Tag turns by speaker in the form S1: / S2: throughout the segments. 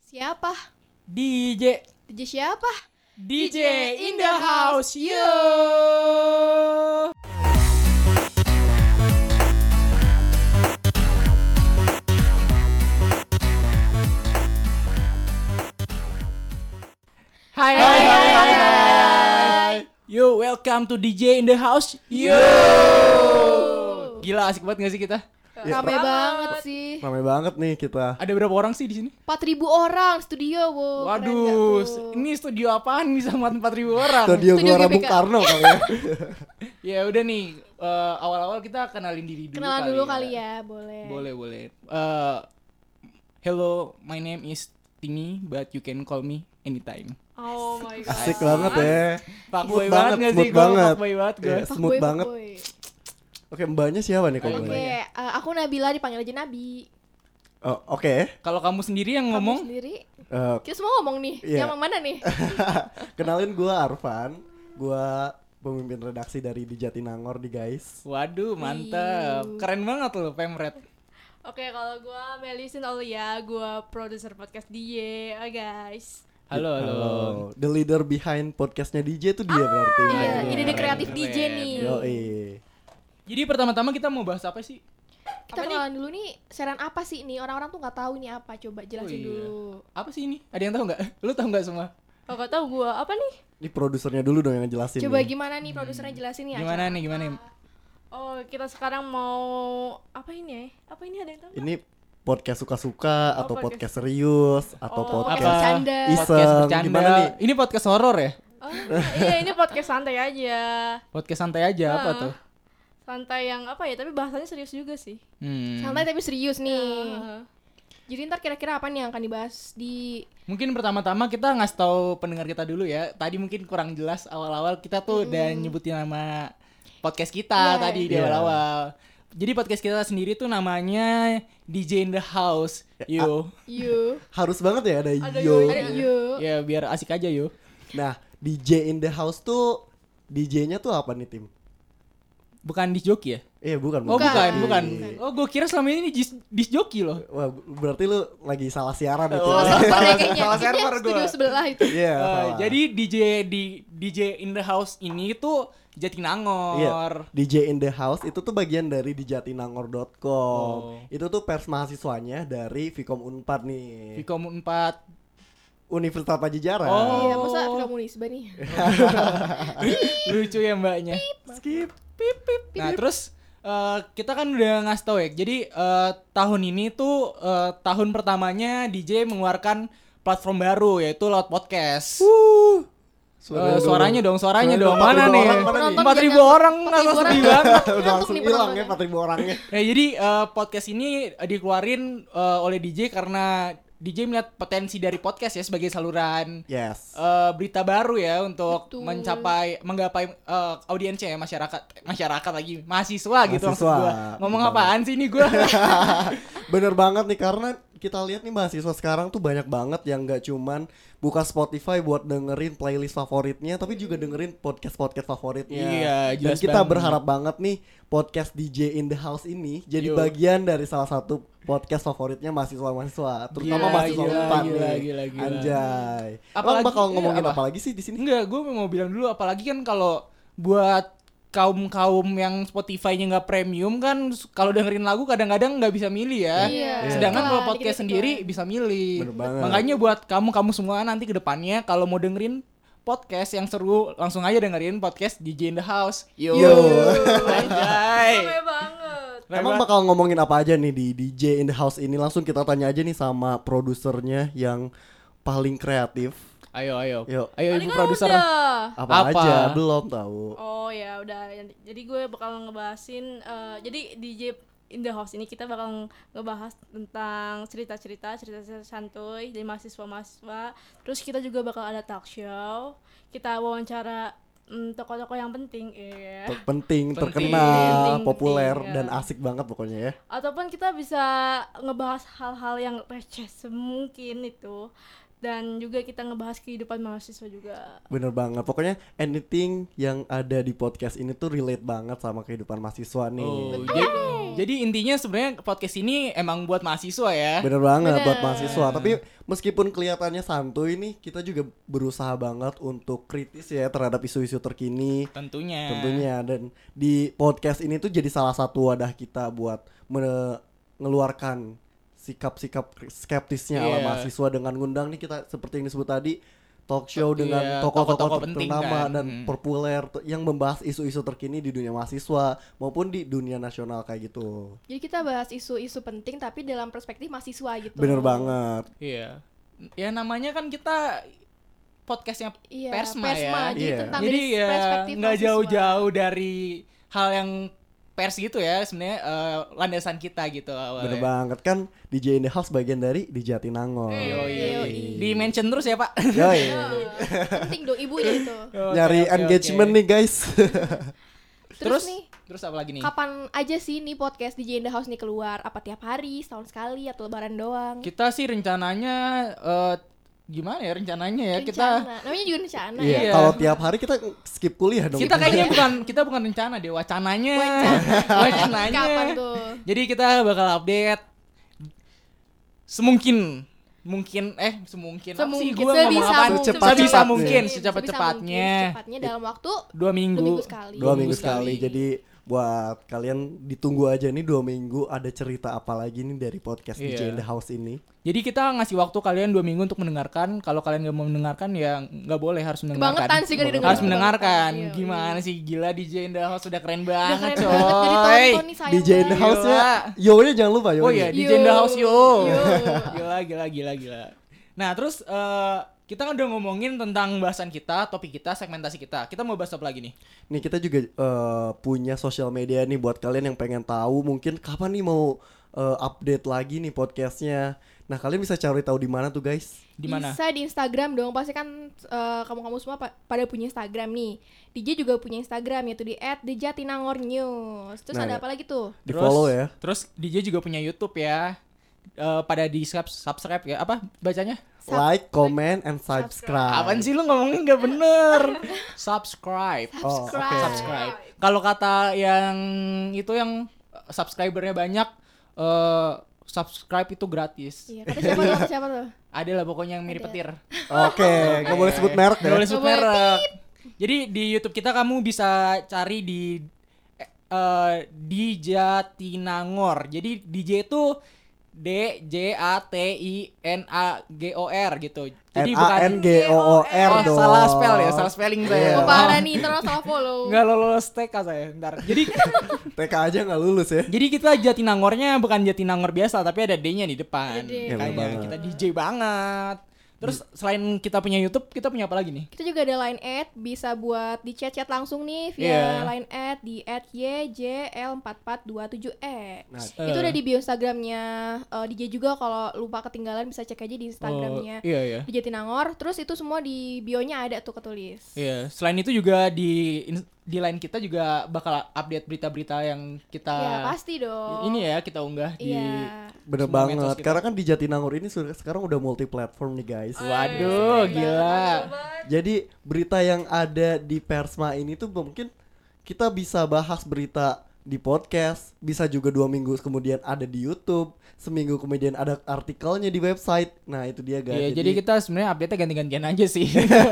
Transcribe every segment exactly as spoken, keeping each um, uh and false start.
S1: Siapa?
S2: D J.
S1: D J siapa?
S2: D J in the house, yo. Hai hai hai hai hai. Yo, welcome to D J in the house, yo. Gila, asik banget gak sih kita?
S1: Ya, Rame banget sih.
S3: Rame banget nih kita.
S2: Ada berapa orang sih di sini?
S1: empat ribu orang studio, wow.
S2: Waduh, ini studio apaan bisa muat empat ribu orang?
S3: Studio
S1: Studio
S3: Gelora
S1: G B K.
S3: Bung Karno kali ya.
S2: Ya udah nih, uh, awal-awal kita kenalin diri dulu
S1: Kenalan
S2: kali
S1: dulu
S2: ya.
S1: kali ya, boleh.
S2: Boleh, boleh. Uh, hello, my name is Timi, but you can call me anytime.
S1: Oh my god.
S3: Asik banget ya.
S2: Fuckboy
S3: Smooth
S2: banget gak sih?
S3: smooth
S2: Gue
S3: banget.
S2: fuckboy banget gue.
S3: Iya, smooth
S1: Fuckboy,
S3: banget.
S1: fuckboy.
S3: Oke, mbaknya siapa nih kalau
S1: Oke,
S3: mbaknya?
S1: uh, aku Nabila, dipanggil aja Nabi.
S3: Oh, oke.
S2: Kalau kamu sendiri yang
S1: Kamu
S2: ngomong,
S1: sendiri?
S3: Eh,
S1: Kita semua ngomong nih.
S3: Iya.
S1: Yang mana nih?
S3: kenalin gua Arfan. Gua pemimpin redaksi dari di Jatinangor di guys.
S2: waduh mantap. Keren banget loh, Pemret.
S4: Oke, kalau gue Melisin Aulia, gue produser podcast D J, oh guys.
S2: Halo, halo.
S3: The leader behind podcastnya D J tuh dia berarti.
S1: Iya,
S3: Mbaknya.
S1: ide-ide kreatif
S2: Keren,
S1: D J nih.
S3: Yoi.
S2: Jadi pertama-tama kita mau bahas apa sih?
S1: Kita
S4: Apa nih?
S1: kenalan dulu nih, saran apa sih nih? Orang-orang tuh nggak tahu ini apa. Coba jelasin
S2: Oh, iya.
S1: dulu.
S2: Apa sih ini? Ada yang tahu nggak? Lu tahu nggak semua?
S4: Kalau gak tau gue apa nih?
S3: Ini produsernya dulu dong yang ngejelasin.
S1: Coba
S3: nih.
S1: gimana nih produsernya jelasin nih.
S2: Gimana
S1: acara
S2: nih, gimana nih?
S1: apa.
S4: Oh, kita sekarang mau apa ini ya? Apa ini ada yang tahu?
S3: Ini podcast suka-suka
S4: Oh,
S3: atau
S4: podcast.
S3: podcast serius atau
S4: Oh,
S3: podcast
S1: Podcast bercanda.
S3: iseng.
S2: Podcast bercanda.
S3: Gimana nih?
S2: Ini podcast horor ya?
S4: Oh, iya ini podcast santai aja.
S2: Podcast santai aja apa
S4: Ah.
S2: tuh?
S4: Santai yang apa ya? Tapi bahasanya serius juga sih.
S2: Hmm.
S1: Santai tapi serius nih.
S4: Ah.
S1: Jadi ntar kira-kira apa nih yang akan dibahas di
S2: Mungkin pertama-tama kita ngasih tahu pendengar kita dulu ya. Tadi mungkin kurang jelas awal-awal kita tuh udah nyebutin nama podcast kita
S1: Iya.
S2: tadi di
S3: Iya.
S2: awal-awal. Jadi podcast kita sendiri tuh namanya D J in the House. Yo.
S1: you.
S3: Harus banget ya ada,
S4: Ada
S3: yo.
S4: yo.
S1: Ada you.
S2: Ya biar asik aja yo.
S3: Nah, D J in the house tuh D J-nya tuh apa nih, tim?
S2: Bukan disc jockey ya?
S3: Eh, bukan.
S2: Oh bukan, bukan.
S3: Bukan.
S2: Oh gue kira selama ini disc, disc jockey loh.
S3: Wah, berarti lu lagi salah siaran itu.
S2: Oh,
S1: Salah server ya kayaknya.
S2: Salah
S1: Kayaknya
S2: server gua.
S1: studio sebelah itu.
S3: Iya,
S2: Eh,
S3: salah.
S2: jadi D J di D J in the House ini tuh Jatinangor.
S3: Iya, D J in the house itu tuh bagian dari di jatinangor dot com.
S2: Oh.
S3: Itu tuh pers mahasiswanya dari Vkom Unpad nih.
S2: Vkom empat.
S3: Universitas Pajajaran.
S2: Oh.
S1: Iya, masa kamu nisbah nih?
S2: Lucu ya mbaknya.
S3: Skip.
S2: Nah terus eh, kita kan udah ngasih tau ya. Jadi eh, tahun ini tuh eh, tahun pertamanya D J mengeluarkan platform baru yaitu Loud Podcast.
S3: Uh.
S2: Eh, suaranya dong, suaranya
S3: Suaranya
S2: dong.
S3: dong,
S2: Mana
S3: empat ribu
S2: nih?
S3: orang, mana nih?
S2: empat ribu orang, nggak
S1: empat ribu
S2: sedih
S1: orang.
S2: banget.
S3: Udah
S1: Ngantuk
S3: langsung
S1: nih
S3: hilang ya
S1: penontonnya.
S3: empat ribu orangnya.
S2: Nah, jadi eh, podcast ini eh, dikeluarin eh, oleh D J karena D J melihat potensi dari podcast ya sebagai saluran
S3: Yes.
S2: eh, berita baru ya untuk
S1: Betul.
S2: mencapai menggapai eh, audiensnya ya masyarakat masyarakat lagi mahasiswa, gitu maksud
S3: Mahasiswa.
S2: gua. Ngomong
S3: Betul.
S2: apaan sih ini gua?
S3: Bener banget nih, karena kita lihat nih mahasiswa sekarang tuh banyak banget yang gak cuman buka Spotify buat dengerin playlist favoritnya, tapi juga dengerin podcast-podcast favoritnya.
S2: Iya,
S3: Dan
S2: jelas
S3: kita
S2: banget.
S3: berharap banget nih podcast D J in the house ini jadi
S2: Yo.
S3: bagian dari salah satu podcast favoritnya mahasiswa-mahasiswa, terutama
S2: Gila,
S3: mahasiswa
S2: gila,
S3: Unpad
S2: gila,
S3: nih.
S2: gila, gila.
S3: Anjay.
S2: Apalagi-
S3: Lo bakal
S2: iya,
S3: ngomongin
S2: apa?
S3: apa lagi sih di sini?
S2: Enggak, gua mau bilang dulu apalagi kan kalau buat kaum-kaum yang Spotify-nya nggak premium kan s- kalau dengerin lagu kadang-kadang nggak bisa milih ya.
S1: Iya.
S2: Sedangkan
S1: Iklan,
S2: kalau podcast
S1: dikit-dikit
S2: sendiri
S1: iklan.
S2: bisa milih.
S3: Bener banget.
S2: Makanya buat kamu-kamu semua nanti ke depannya kalau mau dengerin podcast yang seru langsung aja dengerin podcast D J in the House. Yo.
S3: Yo.
S2: Anjay.
S4: Rame banget.
S3: Emang bakal ngomongin apa aja nih di D J in the house ini? Langsung kita tanya aja nih sama produsernya yang paling kreatif.
S2: Ayo ayo.
S3: Yuk.
S2: Ayo
S4: Tadi
S2: ibu
S4: kan
S2: produser.
S4: udah.
S3: Apa,
S2: Apa?
S3: aja? Belum tahu.
S4: Oh ya udah. Jadi gue bakal ngebahasin. eh, jadi D J in the house ini kita bakal ngebahas tentang cerita-cerita, cerita-cerita santuy dari mahasiswa-mahasiswa. Terus kita juga bakal ada talk show. Kita wawancara mm, tokoh-tokoh yang penting, ya.
S3: Ter- penting,
S2: Penting.
S3: terkenal,
S4: Penting,
S3: populer,
S4: penting, ya.
S3: dan asik banget pokoknya ya.
S4: Ataupun kita bisa ngebahas hal-hal yang receh semungkin itu. Dan juga kita ngebahas kehidupan mahasiswa juga.
S3: Bener banget. Pokoknya anything yang ada di podcast ini tuh relate banget sama kehidupan mahasiswa nih.
S2: Oh, jadi, Jadi intinya sebenarnya podcast ini emang buat mahasiswa ya.
S3: Bener banget
S1: Bener.
S3: buat mahasiswa. Tapi meskipun kelihatannya santuy nih, kita juga berusaha banget untuk kritis ya terhadap isu-isu terkini.
S2: Tentunya.
S3: Tentunya. Dan di podcast ini tuh jadi salah satu wadah kita buat mengeluarkan sikap-sikap skeptisnya ala
S2: Iya.
S3: mahasiswa dengan ngundang nih kita seperti yang disebut tadi talk show
S2: Iya,
S3: dengan
S2: tokoh-tokoh
S3: tokoh-tokoh
S2: penting
S3: ternama
S2: kan.
S3: dan
S2: Hmm.
S3: populer t- yang membahas isu-isu terkini di dunia mahasiswa maupun di dunia nasional kayak gitu.
S1: Jadi kita bahas isu-isu penting tapi dalam perspektif mahasiswa gitu.
S3: Bener banget.
S2: Iya. Ya namanya kan kita podcastnya
S1: Iya,
S2: Persma,
S1: Persma,
S2: ya.
S1: jadi
S3: Iya.
S1: tentang
S2: Jadi
S1: dari
S2: ya
S1: perspektif
S2: nggak
S1: mahasiswa.
S2: jauh-jauh dari hal yang pers gitu ya sebenarnya eh, landasan kita gitu awalnya.
S3: Bener banget kan D J in the House bagian dari di Jatinangor.
S2: Yoi.
S1: Yoi.
S2: Di mention terus ya Pak.
S3: Yoi.
S1: Penting dong ibunya itu.
S3: Nyari
S2: Oke, oke,
S3: engagement
S2: oke.
S3: nih guys.
S1: Terus,
S2: Terus
S1: nih,
S2: terus apa lagi nih?
S1: kapan aja sih nih podcast D J in the House nih keluar? Apa tiap hari, setahun sekali, atau lebaran doang?
S2: Kita sih rencananya eh, gimana ya rencananya ya kita
S1: Rencana. Namanya juga rencana
S3: Iya,
S2: Iya.
S3: kalau tiap hari kita skip kuliah dong.
S2: kita kayaknya bukan kita bukan rencana deh wacananya. Wacananya.
S1: Kapan tuh?
S2: Jadi kita bakal update semungkin mungkin eh semungkin apa sih
S1: Semungkin,
S2: gua ngomong
S1: sebisa
S2: apaan?
S1: mungkin.
S3: Secepat-
S2: sebisa
S3: cepatnya.
S2: mungkin
S1: Sebisa
S2: secepat-cepatnya
S1: mungkin, secepatnya dalam waktu
S2: dua minggu.
S1: dua minggu sekali.
S3: Dua minggu sekali. Jadi buat kalian ditunggu aja nih dua minggu ada cerita apa lagi nih dari podcast D J
S2: Iya.
S3: in the House ini.
S2: Jadi kita ngasih waktu kalian dua minggu untuk mendengarkan. Kalau kalian nggak mau mendengarkan ya nggak boleh, harus mendengarkan.
S1: Kebangetan sih gak didengar.
S2: Harus mendengarkan.
S1: Iya,
S2: Gimana sih gila D J in the House sudah keren
S1: Udah
S2: banget
S1: keren
S2: coy.
S1: banget, jadi tonton nih sayang
S3: D J in the
S1: banget.
S3: House-nya, yo-nya jangan lupa yo.
S2: Oh iya, D J in the House yo. Gila gila gila gila. Nah, terus eh, kita kan udah ngomongin tentang bahasan kita, topik kita, segmentasi kita. Kita mau bahas apa lagi nih?
S3: Nih kita juga eh, punya sosial media nih buat kalian yang pengen tahu mungkin kapan nih mau eh, update lagi nih podcastnya. Nah kalian bisa cari tahu di mana tuh guys?
S2: Di mana?
S1: Bisa di Instagram dong. Pasti kan eh, kamu-kamu semua pa- pada punya Instagram nih. D J juga punya Instagram yaitu di et the jatinangor news. Terus
S3: Nah,
S1: ada
S3: ya.
S1: apa lagi tuh?
S3: Di
S2: Terus-
S3: follow ya.
S2: Terus D J juga punya YouTube ya. Eh, pada di sub- subscribe ya. Apa bacanya?
S1: Sub-
S3: Like, comment, and subscribe.
S2: Apaan sih lu ngomongnya nggak bener? Subscribe.
S3: Oh, oke.
S1: Subscribe.
S2: Subscribe. Kalau kata yang itu yang eh, subscribernya banyak, eh, subscribe itu gratis.
S1: Iya, kata siapa tuh? Kata siapa tuh?
S2: Ada lah pokoknya yang mirip
S1: Ada.
S2: petir.
S3: Oke, nggak boleh sebut merek
S2: Nggak
S3: ya.
S2: boleh sebut
S1: Nggak boleh
S2: merek. Jadi di YouTube kita kamu bisa cari di eh, di Jatinangor. Jadi D J itu D J A T I N A G O R gitu. Jadi
S3: N A N G O O R
S2: Oh,
S3: dong.
S2: salah spell ya, salah spelling saya.
S3: Iya.
S1: Oh, parah nih, terus salah follow.
S2: Nggak lolos T K saya, ntar. Jadi
S3: T K aja nggak lulus ya.
S2: jadi kita Jatinangornya bukan Jatinangor biasa, tapi ada D-nya di depan.
S1: Ada D.
S3: Ya, bener
S2: Kayaknya
S3: banget.
S2: kita D J banget. Terus selain kita punya YouTube, kita punya apa lagi nih?
S1: Kita juga ada line at, bisa buat di chat-chat langsung nih via
S2: Iya.
S1: line at di at y j l empat empat dua tujuh x.
S3: Nah,
S1: Itu
S2: Eh.
S1: udah di bio Instagramnya eh, D J juga, kalau lupa ketinggalan bisa cek aja di Instagramnya
S2: Oh, iya iya.
S1: di Jatinangor. Terus itu semua di bionya ada tuh ketulis.
S2: Iya, selain itu juga di in- di line kita juga bakal update berita-berita yang kita
S1: Ya pasti dong.
S2: ini ya kita unggah di
S1: Iya.
S3: bener
S2: semua medsos
S3: banget.
S2: kita.
S3: Karena kan di Jatinangor ini sudah sekarang udah multi platform nih guys.
S2: Waduh, gila.
S3: Jadi berita yang ada di Persma ini tuh mungkin kita bisa bahas berita di podcast, bisa juga dua minggu kemudian ada di YouTube, seminggu kemudian ada artikelnya di website. Nah itu dia guys.
S2: Iya, jadi kita sebenarnya update-nya ganti-gantian aja sih.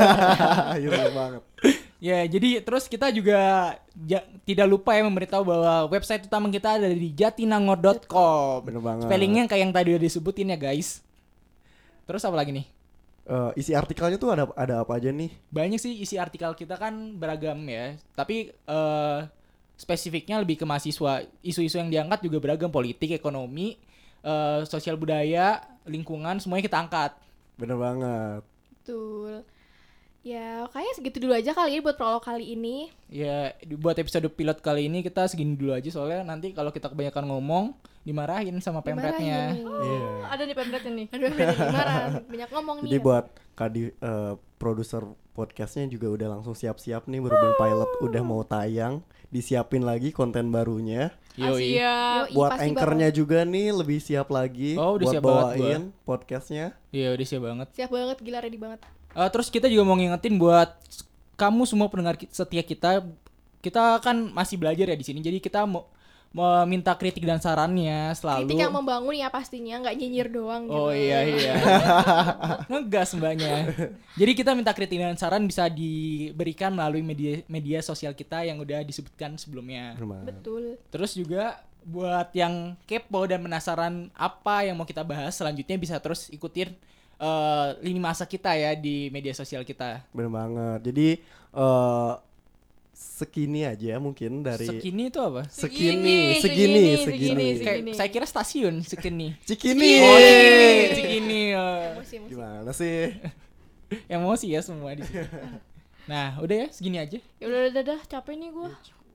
S3: Iya bener banget.
S2: Ya, jadi terus kita juga ja- tidak lupa ya memberitahu bahwa website utama kita ada di jatinangor dot com.
S3: Bener banget.
S2: Spellingnya kayak yang tadi udah disebutin ya guys. Terus apa lagi nih?
S3: Eh, isi artikelnya tuh ada ada apa aja nih?
S2: Banyak sih isi artikel kita kan beragam ya. Tapi eh, spesifiknya lebih ke mahasiswa. Isu-isu yang diangkat juga beragam, politik, ekonomi, eh, sosial budaya, lingkungan, semuanya kita angkat.
S3: Bener banget.
S1: Betul. Ya, kayaknya segitu dulu aja kali ini buat prolog kali ini.
S2: Ya, di- buat episode pilot kali ini kita segini dulu aja soalnya nanti kalau kita kebanyakan ngomong dimarahin sama pemretnya.
S1: Dimarahin nih.
S3: Iya.
S4: Ada nih pemretnya nih.
S1: Aduh, udah marah. Banyak ngomong nih.
S3: Jadi buat Kadi eh, produser podcastnya juga udah langsung siap-siap nih berhubung pilot udah mau tayang, disiapin lagi konten barunya.
S2: Yoi.
S4: Siap.
S1: Yoi,
S3: Buat
S1: pasti
S3: anchornya juga nih lebih siap lagi
S2: Oh, udah
S3: buat
S2: siap banget
S3: bawain podcastnya.
S2: Iya, udah siap banget.
S1: bakal- Siap banget, gila ready banget.
S2: Eh, terus kita juga mau ngingetin buat kamu semua pendengar ki- setia kita, kita kan masih belajar ya di sini. Jadi kita mau meminta kritik dan sarannya selalu.
S1: Kritik yang membangun ya pastinya, nggak nyinyir doang gitu.
S2: Oh iya iya. Ngegas mbaknya. Jadi kita minta kritik dan saran bisa diberikan melalui media media sosial kita yang udah disebutkan sebelumnya.
S1: Betul.
S2: Terus juga buat yang kepo dan penasaran apa yang mau kita bahas selanjutnya bisa terus ikutin uh, lini masa kita ya di media sosial kita.
S3: Bener banget. Jadi uh, sekini aja mungkin dari
S2: Sekini itu apa?
S3: Sekini,
S4: Segini,
S3: segini,
S4: segini,
S3: segini.
S4: segini.
S2: Kayak saya kira stasiun Sekini.
S3: Cikini.
S2: Oh, Cikini, Cikini. oh.
S1: Emosi, emosi.
S3: Gimana sih?
S2: Emosi ya semua di sini. Nah, udah ya segini aja.
S4: Ya udah udah dah capek nih gue.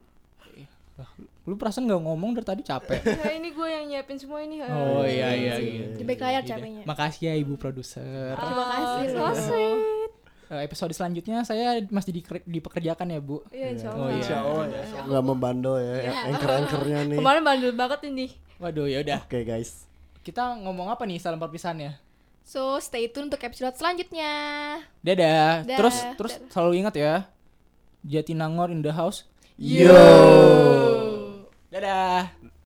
S2: Lu perasaan nggak ngomong dari tadi capek.
S4: Nah, ini gue yang nyiapin semua ini.
S2: Oh iya iya iya.
S1: Di back layar capeknya.
S2: Makasih ya Ibu produser.
S1: Terima kasih loh.
S2: Eh, episode selanjutnya saya masih di, dipekerjakan ya Bu.
S4: Iya insya
S2: Oh
S4: Allah.
S2: iya.
S3: Insya Allah ya. Nggak membandel ya,
S1: Ya.
S3: anchor-anchornya nih. Oke
S4: Kemarin bandel banget ini.
S2: Waduh ya udah.
S3: guys.
S2: Kita ngomong apa nih salam perpisahannya?
S1: So stay tune untuk episode selanjutnya.
S2: Dadah.
S1: Dah,
S2: Terus terus
S1: dadah.
S2: selalu ingat ya. Jatinangor in the house.
S3: Yo.
S2: Dadah.